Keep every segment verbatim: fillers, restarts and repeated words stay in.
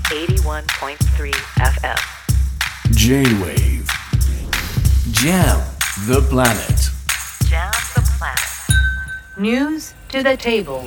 エイティワンポイントスリーエフエム J-Wave Jam the Planet Jam the Planet News to the Table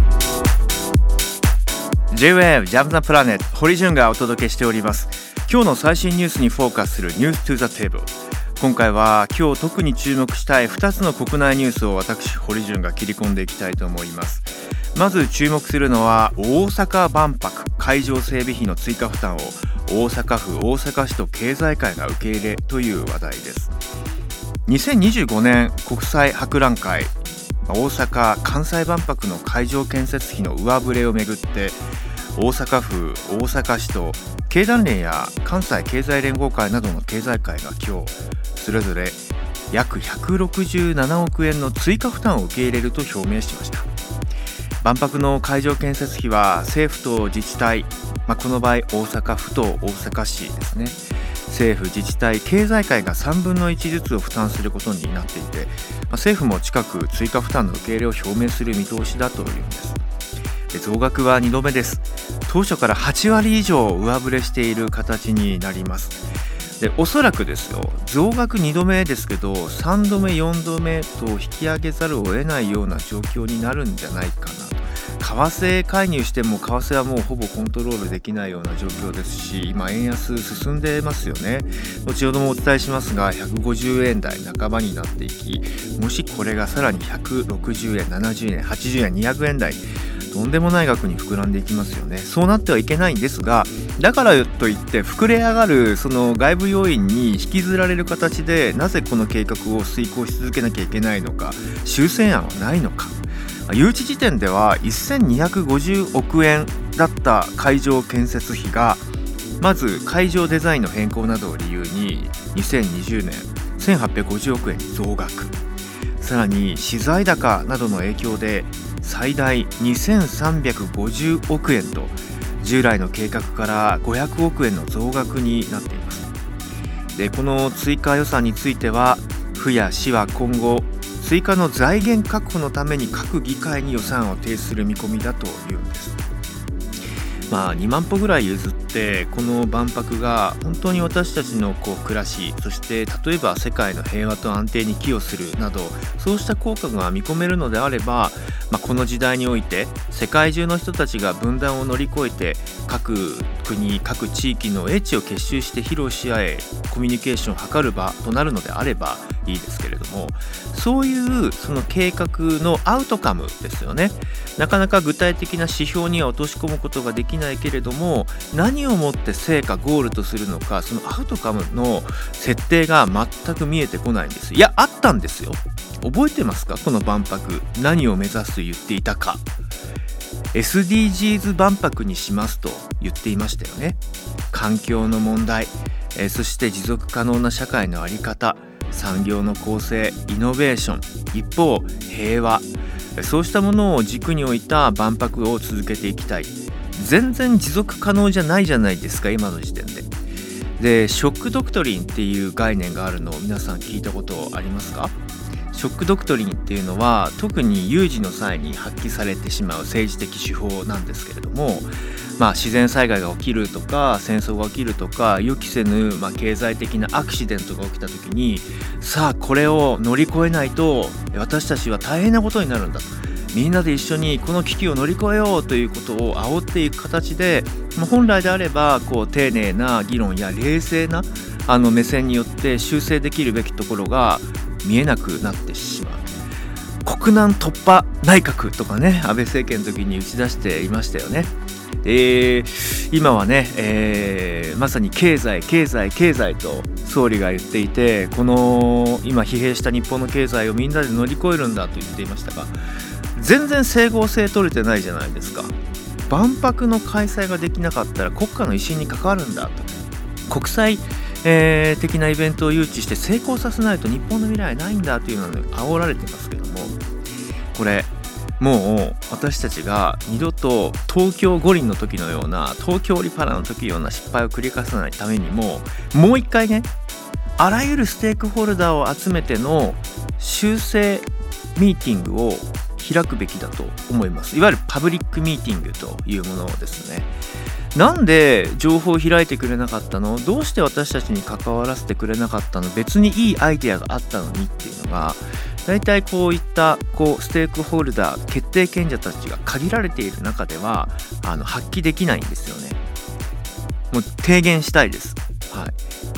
J-Wave Jam the Planet 堀潤がお届けしております。今日の最新ニュースにフォーカスする News to the Table。 今回は今日特に注目したいふたつの国内ニュースを私堀潤が切り込んでいきたいと思います。まず注目するのは大阪万博会場整備費の追加負担を大阪府大阪市と経済界が受け入れという話題です。にせんにじゅうごねん国際博覧会大阪・関西万博の会場建設費の上振れをめぐって大阪府、大阪市と経団連や関西経済連合会などの経済界が今日それぞれ約ひゃくろくじゅうななおくえんの追加負担を受け入れると表明しました。万博の会場建設費は政府と自治体、まあ、この場合大阪府と大阪市ですね、政府、自治体、経済界がさんぶんのいちずつを負担することになっていて、まあ、政府も近く追加負担の受け入れを表明する見通しだというんです。で増額はにどめです。当初からはちわり以上上振れしている形になります。でおそらくですよ、増額にどめですけどさんどめよんどめと引き上げざるを得ないような状況になるんじゃないかなと。為替介入しても為替はもうほぼコントロールできないような状況ですし、今円安進んでますよね。後ほどもお伝えしますがひゃくごじゅうえん台半ばになっていき、もしこれがさらにひゃくろくじゅうえん、ななじゅうえん、はちじゅうえん、にひゃくえん台とんでもない額に膨らんでいきますよね。そうなってはいけないんですが、だからといって膨れ上がるその外部要因に引きずられる形でなぜこの計画を遂行し続けなきゃいけないのか、修正案はないのか。誘致時点ではせんにひゃくごじゅうおくえんだった会場建設費がまず会場デザインの変更などを理由ににせんにじゅうねんせんはっぴゃくごじゅうおくえんに増額、さらに資材高などの影響で最大にせんさんびゃくごじゅうおくえんと従来の計画からごひゃくおくえんの増額になっています。でこの追加予算については府や市は今後追加の財源確保のために各議会に予算を提出する見込みだというんです。まあにまんぽぐらい譲ってこの万博が本当に私たちのこう暮らし、そして例えば世界の平和と安定に寄与するなどそうした効果が見込めるのであれば、まあ、この時代において世界中の人たちが分断を乗り越えて各国各地域の英知を結集して披露し合えコミュニケーションを図る場となるのであればいいですけれども、そういうその計画のアウトカムですよね。なかなか具体的な指標には落とし込むことができないけれども、何をもって成果ゴールとするのか、そのアウトカムの設定が全く見えてこないんです。いや、あったんですよ。覚えてますか？この万博何を目指すと言っていたか。 エスディージーズ 万博にしますと言っていましたよね。環境の問題、えー、そして持続可能な社会の在り方、産業の構成、イノベーション、一方平和、そうしたものを軸に置いた万博を続けていきたい。全然持続可能じゃないじゃないですか、今の時点で。でショックドクトリンっていう概念があるのを皆さん聞いたことありますか？ショックドクトリンっていうのは特に有事の際に発揮されてしまう政治的手法なんですけれども、まあ、自然災害が起きるとか戦争が起きるとか予期せぬ、まあ、経済的なアクシデントが起きた時に、さあこれを乗り越えないと私たちは大変なことになるんだと、みんなで一緒にこの危機を乗り越えようということを煽っていく形で、本来であればこう丁寧な議論や冷静なあの目線によって修正できるべきところが見えなくなってしまう。国難突破内閣とかね、安倍政権の時に打ち出していましたよね。えー、今はね、えー、まさに経済経済経済と総理が言っていて、この今疲弊した日本の経済をみんなで乗り越えるんだと言っていましたが、全然整合性取れてないじゃないですか。万博の開催ができなかったら国家の威信に関わるんだと、国際、えー、的なイベントを誘致して成功させないと日本の未来ないんだというのに煽られてますけども、これもう私たちが二度と東京五輪の時のような東京オリパラの時のような失敗を繰り返さないためにも、もう一回ね、あらゆるステークホルダーを集めての修正ミーティングを開くべきだと思います。いわゆるパブリックミーティングというものですね。なんで情報を開いてくれなかったの？どうして私たちに関わらせてくれなかったの？別にいいアイデアがあったのにっていうのが、だいたいこういったこうステークホルダー決定権者たちが限られている中ではあの発揮できないんですよね。もう提言したいです。はい、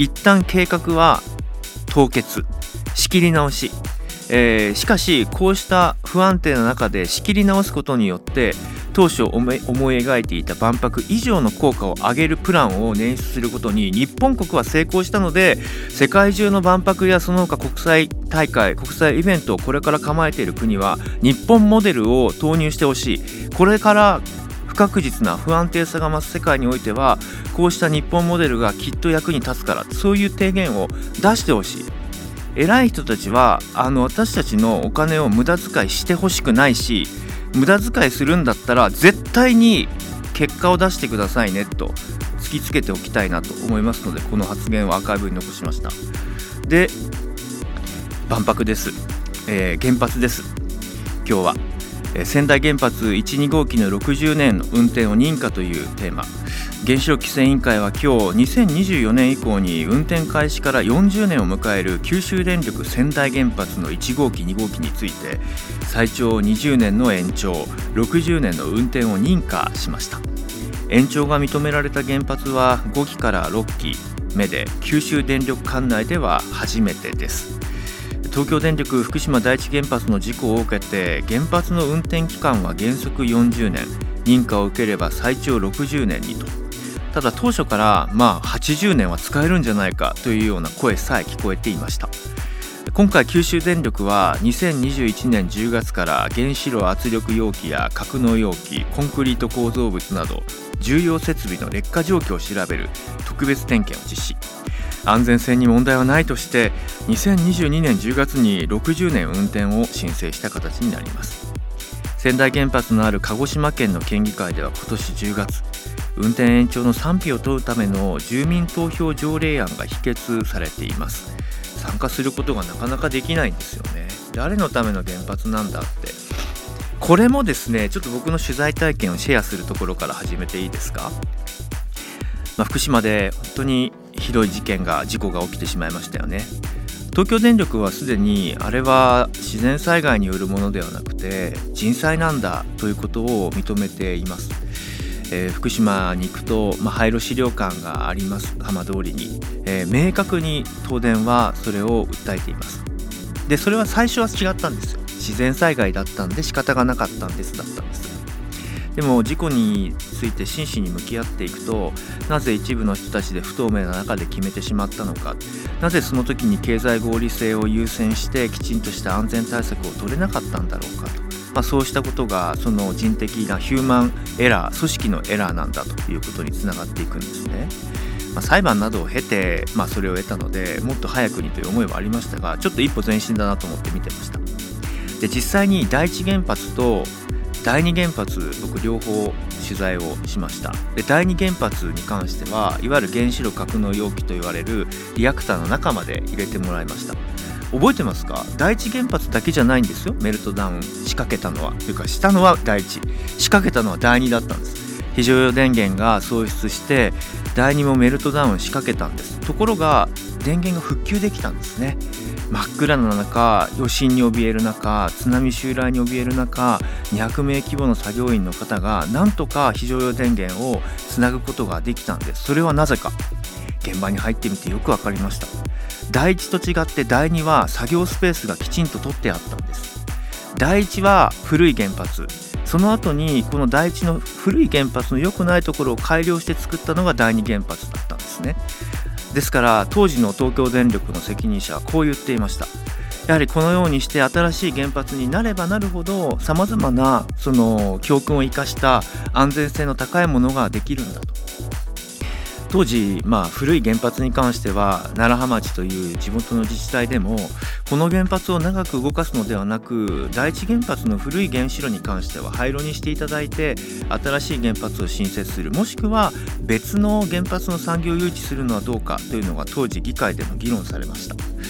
一旦計画は凍結、仕切り直し、えー、しかしこうした不安定な中で仕切り直すことによって当初思い描いていた万博以上の効果を上げるプランを捻出することに日本国は成功したので、世界中の万博やその他国際大会、国際イベントをこれから構えている国は日本モデルを投入してほしい。これから不確実な不安定さが増す世界においてはこうした日本モデルがきっと役に立つから、そういう提言を出してほしい。偉い人たちはあの私たちのお金を無駄遣いしてほしくないし、無駄遣いするんだったら絶対に結果を出してくださいねと突きつけておきたいなと思いますので、この発言をアーカイブに残しました。で、万博です、えー、原発です。今日は、えー、仙台原発いち、に号機のろくじゅうねんの運転を認可というテーマ。原子力規制委員会は今日にせんにじゅうよねん以降に運転開始からよんじゅうねんを迎える九州電力仙台原発のいち号機、に号機について最長にじゅうねんの延長、ろくじゅうねんの運転を認可しました。延長が認められた原発はごきからろっきめで九州電力管内では初めてです。東京電力福島第一原発の事故を受けて原発の運転期間は原則よんじゅうねん、認可を受ければ最長ろくじゅうねんにと。ただ当初からまあはちじゅうねんは使えるんじゃないかというような声さえ聞こえていました。今回九州電力はにせんにじゅういちねんじゅうがつから原子炉圧力容器や格納容器、コンクリート構造物など重要設備の劣化状況を調べる特別点検を実施。安全性に問題はないとしてにせんにじゅうにねんじゅうがつにろくじゅうねん運転を申請した形になります。仙台原発のある鹿児島県の県議会では今年じゅうがつ、運転延長の賛否を問うための住民投票条例案が否決されています。参加することがなかなかできないんですよね。誰のための原発なんだって。これもですね、ちょっと僕の取材体験をシェアするところから始めていいですか。まあ、福島で本当にひどい事件が事故が起きてしまいましたよね。東京電力はすでにあれは自然災害によるものではなくて人災なんだということを認めています。えー、福島に行くと、まあ、廃炉資料館があります浜通りに、えー、明確に東電はそれを訴えています。でそれは最初は違ったんですよ。自然災害だったんで仕方がなかったんですだったんです。でも事故について真摯に向き合っていくと、なぜ一部の人たちで不透明な中で決めてしまったのか、なぜその時に経済合理性を優先してきちんとした安全対策を取れなかったんだろうかと、まあ、そうしたことがその人的なヒューマンエラー、組織のエラーなんだということにつながっていくんですね。まあ、裁判などを経て、まあ、それを得たのでもっと早くにという思いはありましたが、ちょっと一歩前進だなと思って見てました。で実際に第一原発と第二原発、僕両方取材をしました。で第二原発に関してはいわゆる原子炉格納容器と言われるリアクターの中まで入れてもらいました。覚えてますか？第一原発だけじゃないんですよ。メルトダウン仕掛けたのはというかしたのは第一、仕掛けたのは第二だったんです。非常用電源が喪失して第二もメルトダウン仕掛けたんです。ところが電源が復旧できたんですね。真っ暗な中、余震に怯える中、津波襲来に怯える中、にひゃくめい規模の作業員の方がなんとか非常用電源をつなぐことができたんです。それはなぜか、現場に入ってみてよく分かりました。第一と違って第二は作業スペースがきちんと取ってあったんです。第一は古い原発、その後にこの第一の古い原発の良くないところを改良して作ったのが第二原発だったんですね。ですから当時の東京電力の責任者はこう言っていました。やはりこのようにして新しい原発になればなるほどさまざまなその教訓を生かした安全性の高いものができるんだと。当時、まあ、古い原発に関しては楢葉町という地元の自治体でもこの原発を長く動かすのではなく第一原発の古い原子炉に関しては廃炉にしていただいて新しい原発を新設する、もしくは別の原発の産業を誘致するのはどうかというのが当時議会でも議論されました。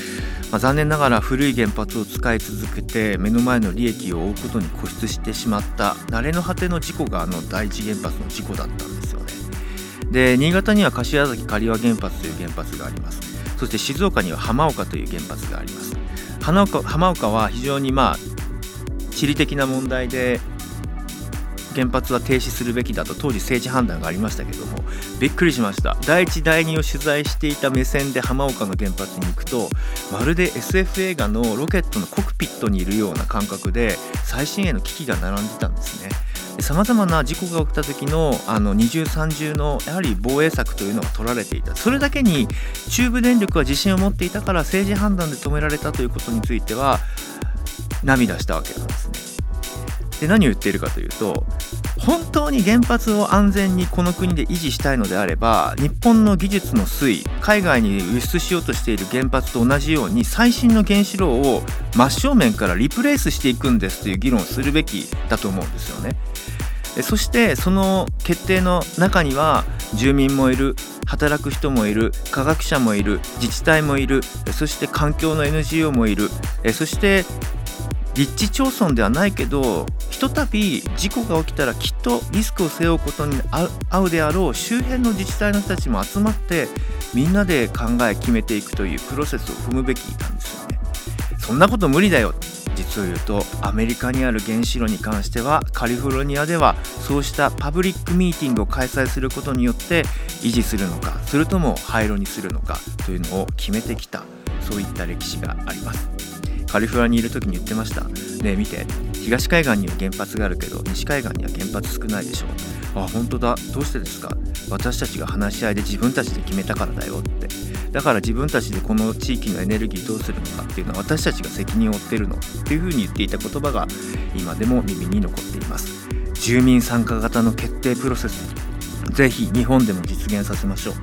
まあ、残念ながら古い原発を使い続けて目の前の利益を追うことに固執してしまった慣れの果ての事故があの第一原発の事故だったんですよね。で、新潟には柏崎刈羽原発という原発があります。そして静岡には浜岡という原発があります。浜岡、浜岡は非常にまあ地理的な問題で原発は停止するべきだと当時政治判断がありましたけども、びっくりしました。だいいちだいにを取材していた目線で浜岡の原発に行くと、まるで エスエフ 映画のロケットのコクピットにいるような感覚で最新鋭の機器が並んでたんですね。さまざまな事故が起きた時のあの二重三重のやはり防衛策というのが取られていた。それだけに中部電力は自信を持っていたから政治判断で止められたということについては涙したわけなんですね。で、何を言っているかというと、本当に原発を安全にこの国で維持したいのであれば、日本の技術の推移、海外に輸出しようとしている原発と同じように最新の原子炉を真正面からリプレイスしていくんですという議論をするべきだと思うんですよね。そしてその決定の中には住民もいる、働く人もいる、科学者もいる、自治体もいる、そして環境の エヌジーオー もいる、そして立地町村ではないけどひとたび事故が起きたらきっとリスクを背負うことに合うであろう周辺の自治体の人たちも集まってみんなで考え決めていくというプロセスを踏むべきなんですよね。そんなこと無理だよ。実を言うとアメリカにある原子炉に関してはカリフォルニアではそうしたパブリックミーティングを開催することによって維持するのか、それとも廃炉にするのかというのを決めてきた、そういった歴史があります。カリフォルニアにいる時に言ってました。ねえ見て、東海岸には原発があるけど西海岸には原発少ないでしょ。あ、本当だ。どうしてですか。私たちが話し合いで自分たちで決めたからだよって。だから自分たちでこの地域のエネルギーどうするのかっていうのは私たちが責任を負っているのっていうふうに言っていた言葉が今でも耳に残っています。住民参加型の決定プロセス、ぜひ日本でも実現させましょう。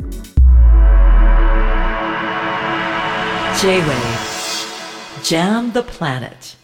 J-Wave Jam the Planet